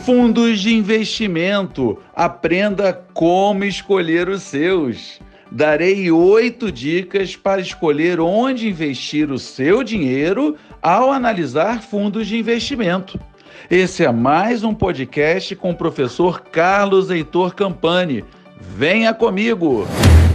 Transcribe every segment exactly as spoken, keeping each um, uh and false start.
Fundos de investimento. Aprenda como escolher os seus. Darei oito dicas para escolher onde investir o seu dinheiro ao analisar fundos de investimento. Esse é mais um podcast com o professor Carlos Heitor Campani. Venha comigo!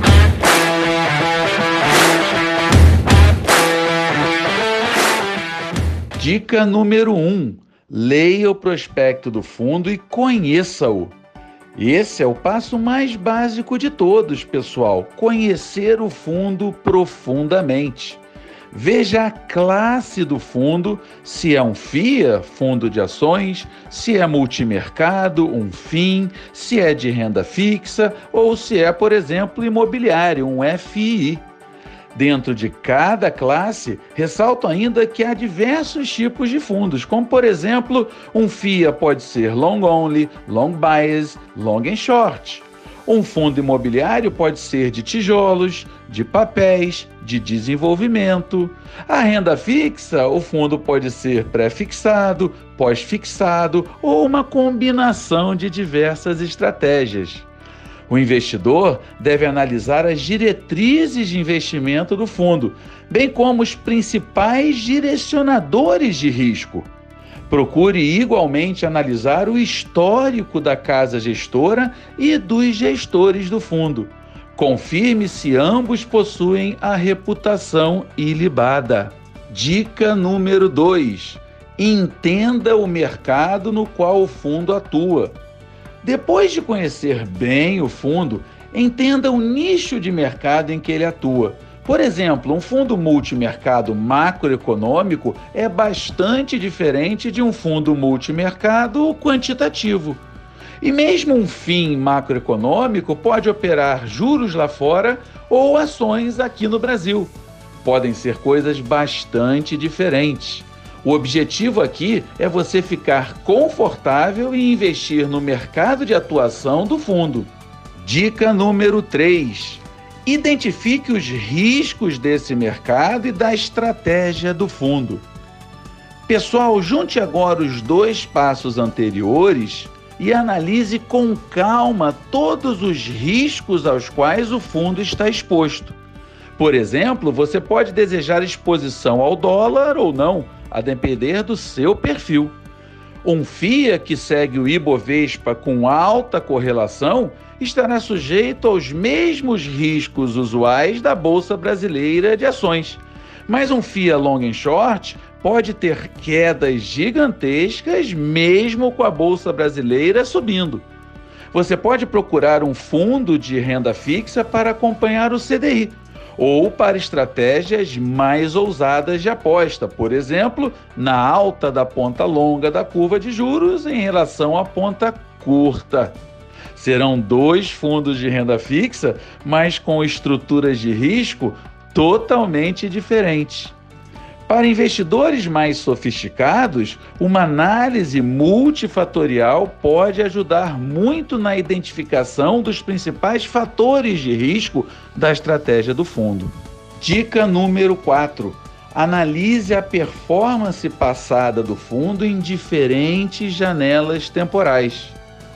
Dica número um. Leia o prospecto do fundo e conheça-o. Esse é o passo mais básico de todos, pessoal. Conhecer o fundo profundamente. Veja a classe do fundo, se é um F I A, fundo de ações, se é multimercado, um F I M, se é de renda fixa ou se é, por exemplo, imobiliário, um F I I. Dentro de cada classe, ressalto ainda que há diversos tipos de fundos, como por exemplo, um F I A pode ser long only, long bias, long and short. Um fundo imobiliário pode ser de tijolos, de papéis, de desenvolvimento. A renda fixa, o fundo pode ser pré-fixado, pós-fixado ou uma combinação de diversas estratégias. O investidor deve analisar as diretrizes de investimento do fundo, bem como os principais direcionadores de risco. Procure igualmente analisar o histórico da casa gestora e dos gestores do fundo. Confirme se ambos possuem a reputação ilibada. Dica número dois. Entenda o mercado no qual o fundo atua. Depois de conhecer bem o fundo, entenda o nicho de mercado em que ele atua. Por exemplo, um fundo multimercado macroeconômico é bastante diferente de um fundo multimercado quantitativo. E mesmo um F I M macroeconômico pode operar juros lá fora ou ações aqui no Brasil. Podem ser coisas bastante diferentes. O objetivo aqui é você ficar confortável e investir no mercado de atuação do fundo. Dica número três. Identifique os riscos desse mercado e da estratégia do fundo. Pessoal, junte agora os dois passos anteriores e analise com calma todos os riscos aos quais o fundo está exposto. Por exemplo, você pode desejar exposição ao dólar ou não, a depender do seu perfil. Um F I A que segue o Ibovespa com alta correlação estará sujeito aos mesmos riscos usuais da Bolsa Brasileira de Ações. Mas um F I A long and short pode ter quedas gigantescas mesmo com a Bolsa Brasileira subindo. Você pode procurar um fundo de renda fixa para acompanhar o C D I, ou para estratégias mais ousadas de aposta, por exemplo, na alta da ponta longa da curva de juros em relação à ponta curta. Serão dois fundos de renda fixa, mas com estruturas de risco totalmente diferentes. Para investidores mais sofisticados, uma análise multifatorial pode ajudar muito na identificação dos principais fatores de risco da estratégia do fundo. Dica número quatro. Analise a performance passada do fundo em diferentes janelas temporais.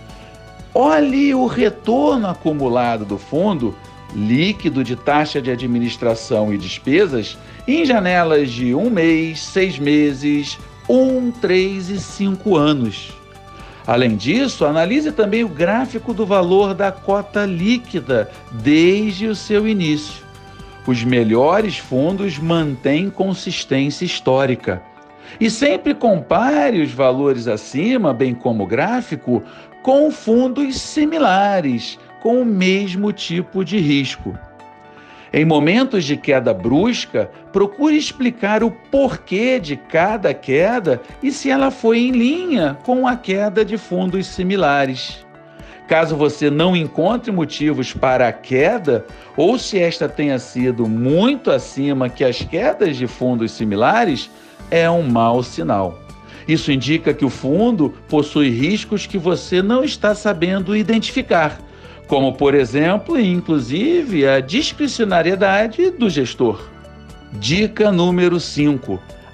Olhe o retorno acumulado do fundo, líquido de taxa de administração e despesas, em janelas de um mês, seis meses, um, três e cinco anos. Além disso, analise também o gráfico do valor da cota líquida desde o seu início. Os melhores fundos mantêm consistência histórica. E sempre compare os valores acima, bem como o gráfico, com fundos similares, com o mesmo tipo de risco. Em momentos de queda brusca, procure explicar o porquê de cada queda e se ela foi em linha com a queda de fundos similares. Caso você não encontre motivos para a queda, ou se esta tenha sido muito acima que as quedas de fundos similares, é um mau sinal. Isso indica que o fundo possui riscos que você não está sabendo identificar, como, por exemplo, e inclusive, a discricionariedade do gestor. Dica número cinco.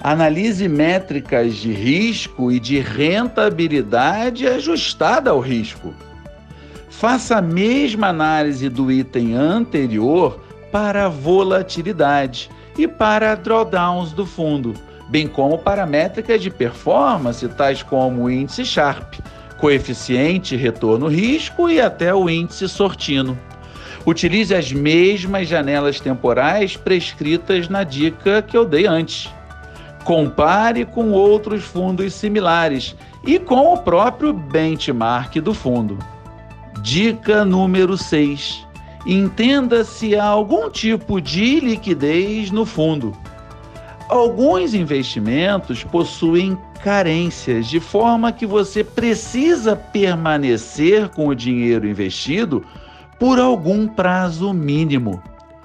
Analise métricas de risco e de rentabilidade ajustada ao risco. Faça a mesma análise do item anterior para a volatilidade e para drawdowns do fundo, bem como para métricas de performance, tais como o índice Sharpe, coeficiente retorno-risco e até o índice Sortino. Utilize as mesmas janelas temporais prescritas na dica que eu dei antes. Compare com outros fundos similares e com o próprio benchmark do fundo. Dica número seis. Entenda se há algum tipo de liquidez no fundo. Alguns investimentos possuem carências, de forma que você precisa permanecer com o dinheiro investido por algum prazo mínimo.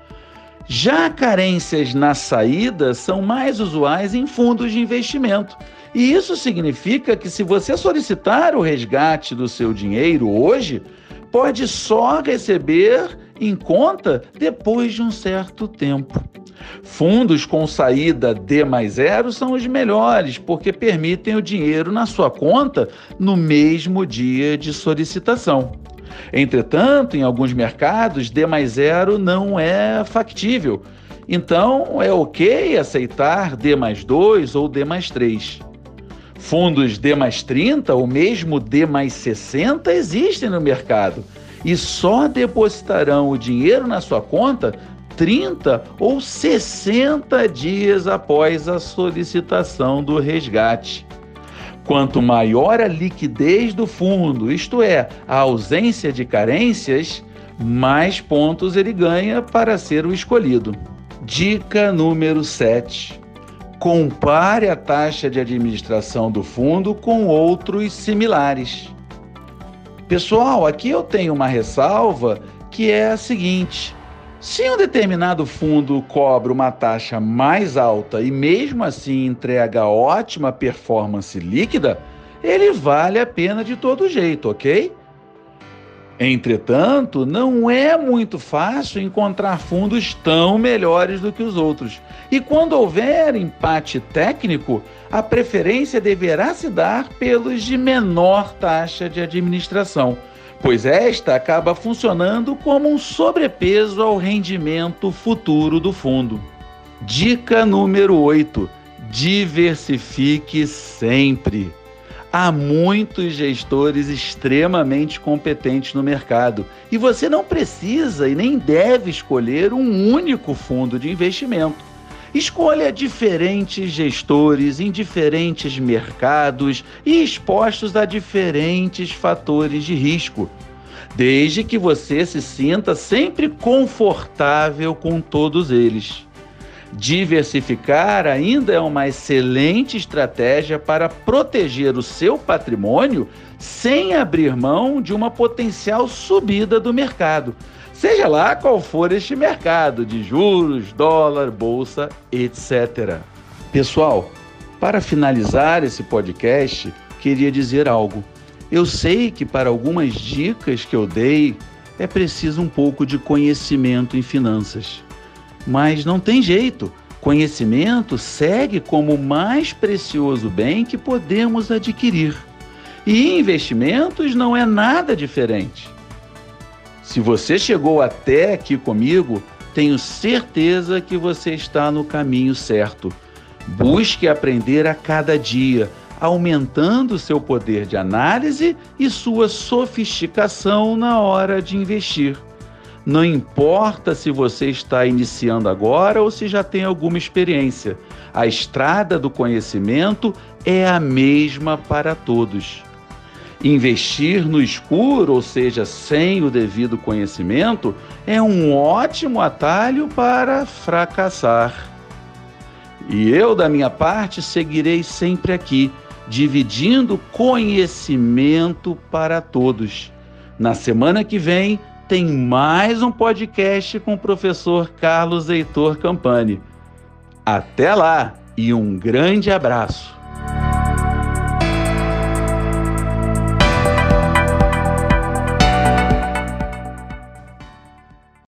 Já carências na saída são mais usuais em fundos de investimento. E isso significa que se você solicitar o resgate do seu dinheiro hoje, pode só receber em conta depois de um certo tempo. Fundos com saída D mais zero são os melhores, porque permitem o dinheiro na sua conta no mesmo dia de solicitação. Entretanto, em alguns mercados, D mais zero não é factível. Então, é ok aceitar D mais dois ou D mais três. Fundos D mais trinta ou mesmo D mais sessenta existem no mercado e só depositarão o dinheiro na sua conta trinta ou sessenta dias após a solicitação do resgate. Quanto maior a liquidez do fundo, isto é, a ausência de carências, mais pontos ele ganha para ser o escolhido. Dica número sete. Compare a taxa de administração do fundo com outros similares. Pessoal, aqui eu tenho uma ressalva que é a seguinte: se um determinado fundo cobra uma taxa mais alta e mesmo assim entrega ótima performance líquida, ele vale a pena de todo jeito, ok? Entretanto, não é muito fácil encontrar fundos tão melhores do que os outros. E quando houver empate técnico, a preferência deverá se dar pelos de menor taxa de administração, pois esta acaba funcionando como um sobrepeso ao rendimento futuro do fundo. Dica número oito. Diversifique sempre. Há muitos gestores extremamente competentes no mercado e você não precisa e nem deve escolher um único fundo de investimento. Escolha diferentes gestores em diferentes mercados e expostos a diferentes fatores de risco, desde que você se sinta sempre confortável com todos eles. Diversificar ainda é uma excelente estratégia para proteger o seu patrimônio sem abrir mão de uma potencial subida do mercado, seja lá qual for este mercado de juros, dólar, bolsa, etcétera. Pessoal, para finalizar esse podcast, queria dizer algo. Eu sei que para algumas dicas que eu dei é preciso um pouco de conhecimento em finanças. Mas não tem jeito, conhecimento segue como o mais precioso bem que podemos adquirir. E investimentos não é nada diferente. Se você chegou até aqui comigo, tenho certeza que você está no caminho certo. Busque aprender a cada dia, aumentando seu poder de análise e sua sofisticação na hora de investir. Não importa se você está iniciando agora ou se já tem alguma experiência, a estrada do conhecimento é a mesma para todos. Investir no escuro, ou seja, sem o devido conhecimento, é um ótimo atalho para fracassar. E eu, da minha parte, seguirei sempre aqui, dividindo conhecimento para todos. Na semana que vem, tem mais um podcast com o professor Carlos Heitor Campani. Até lá e um grande abraço!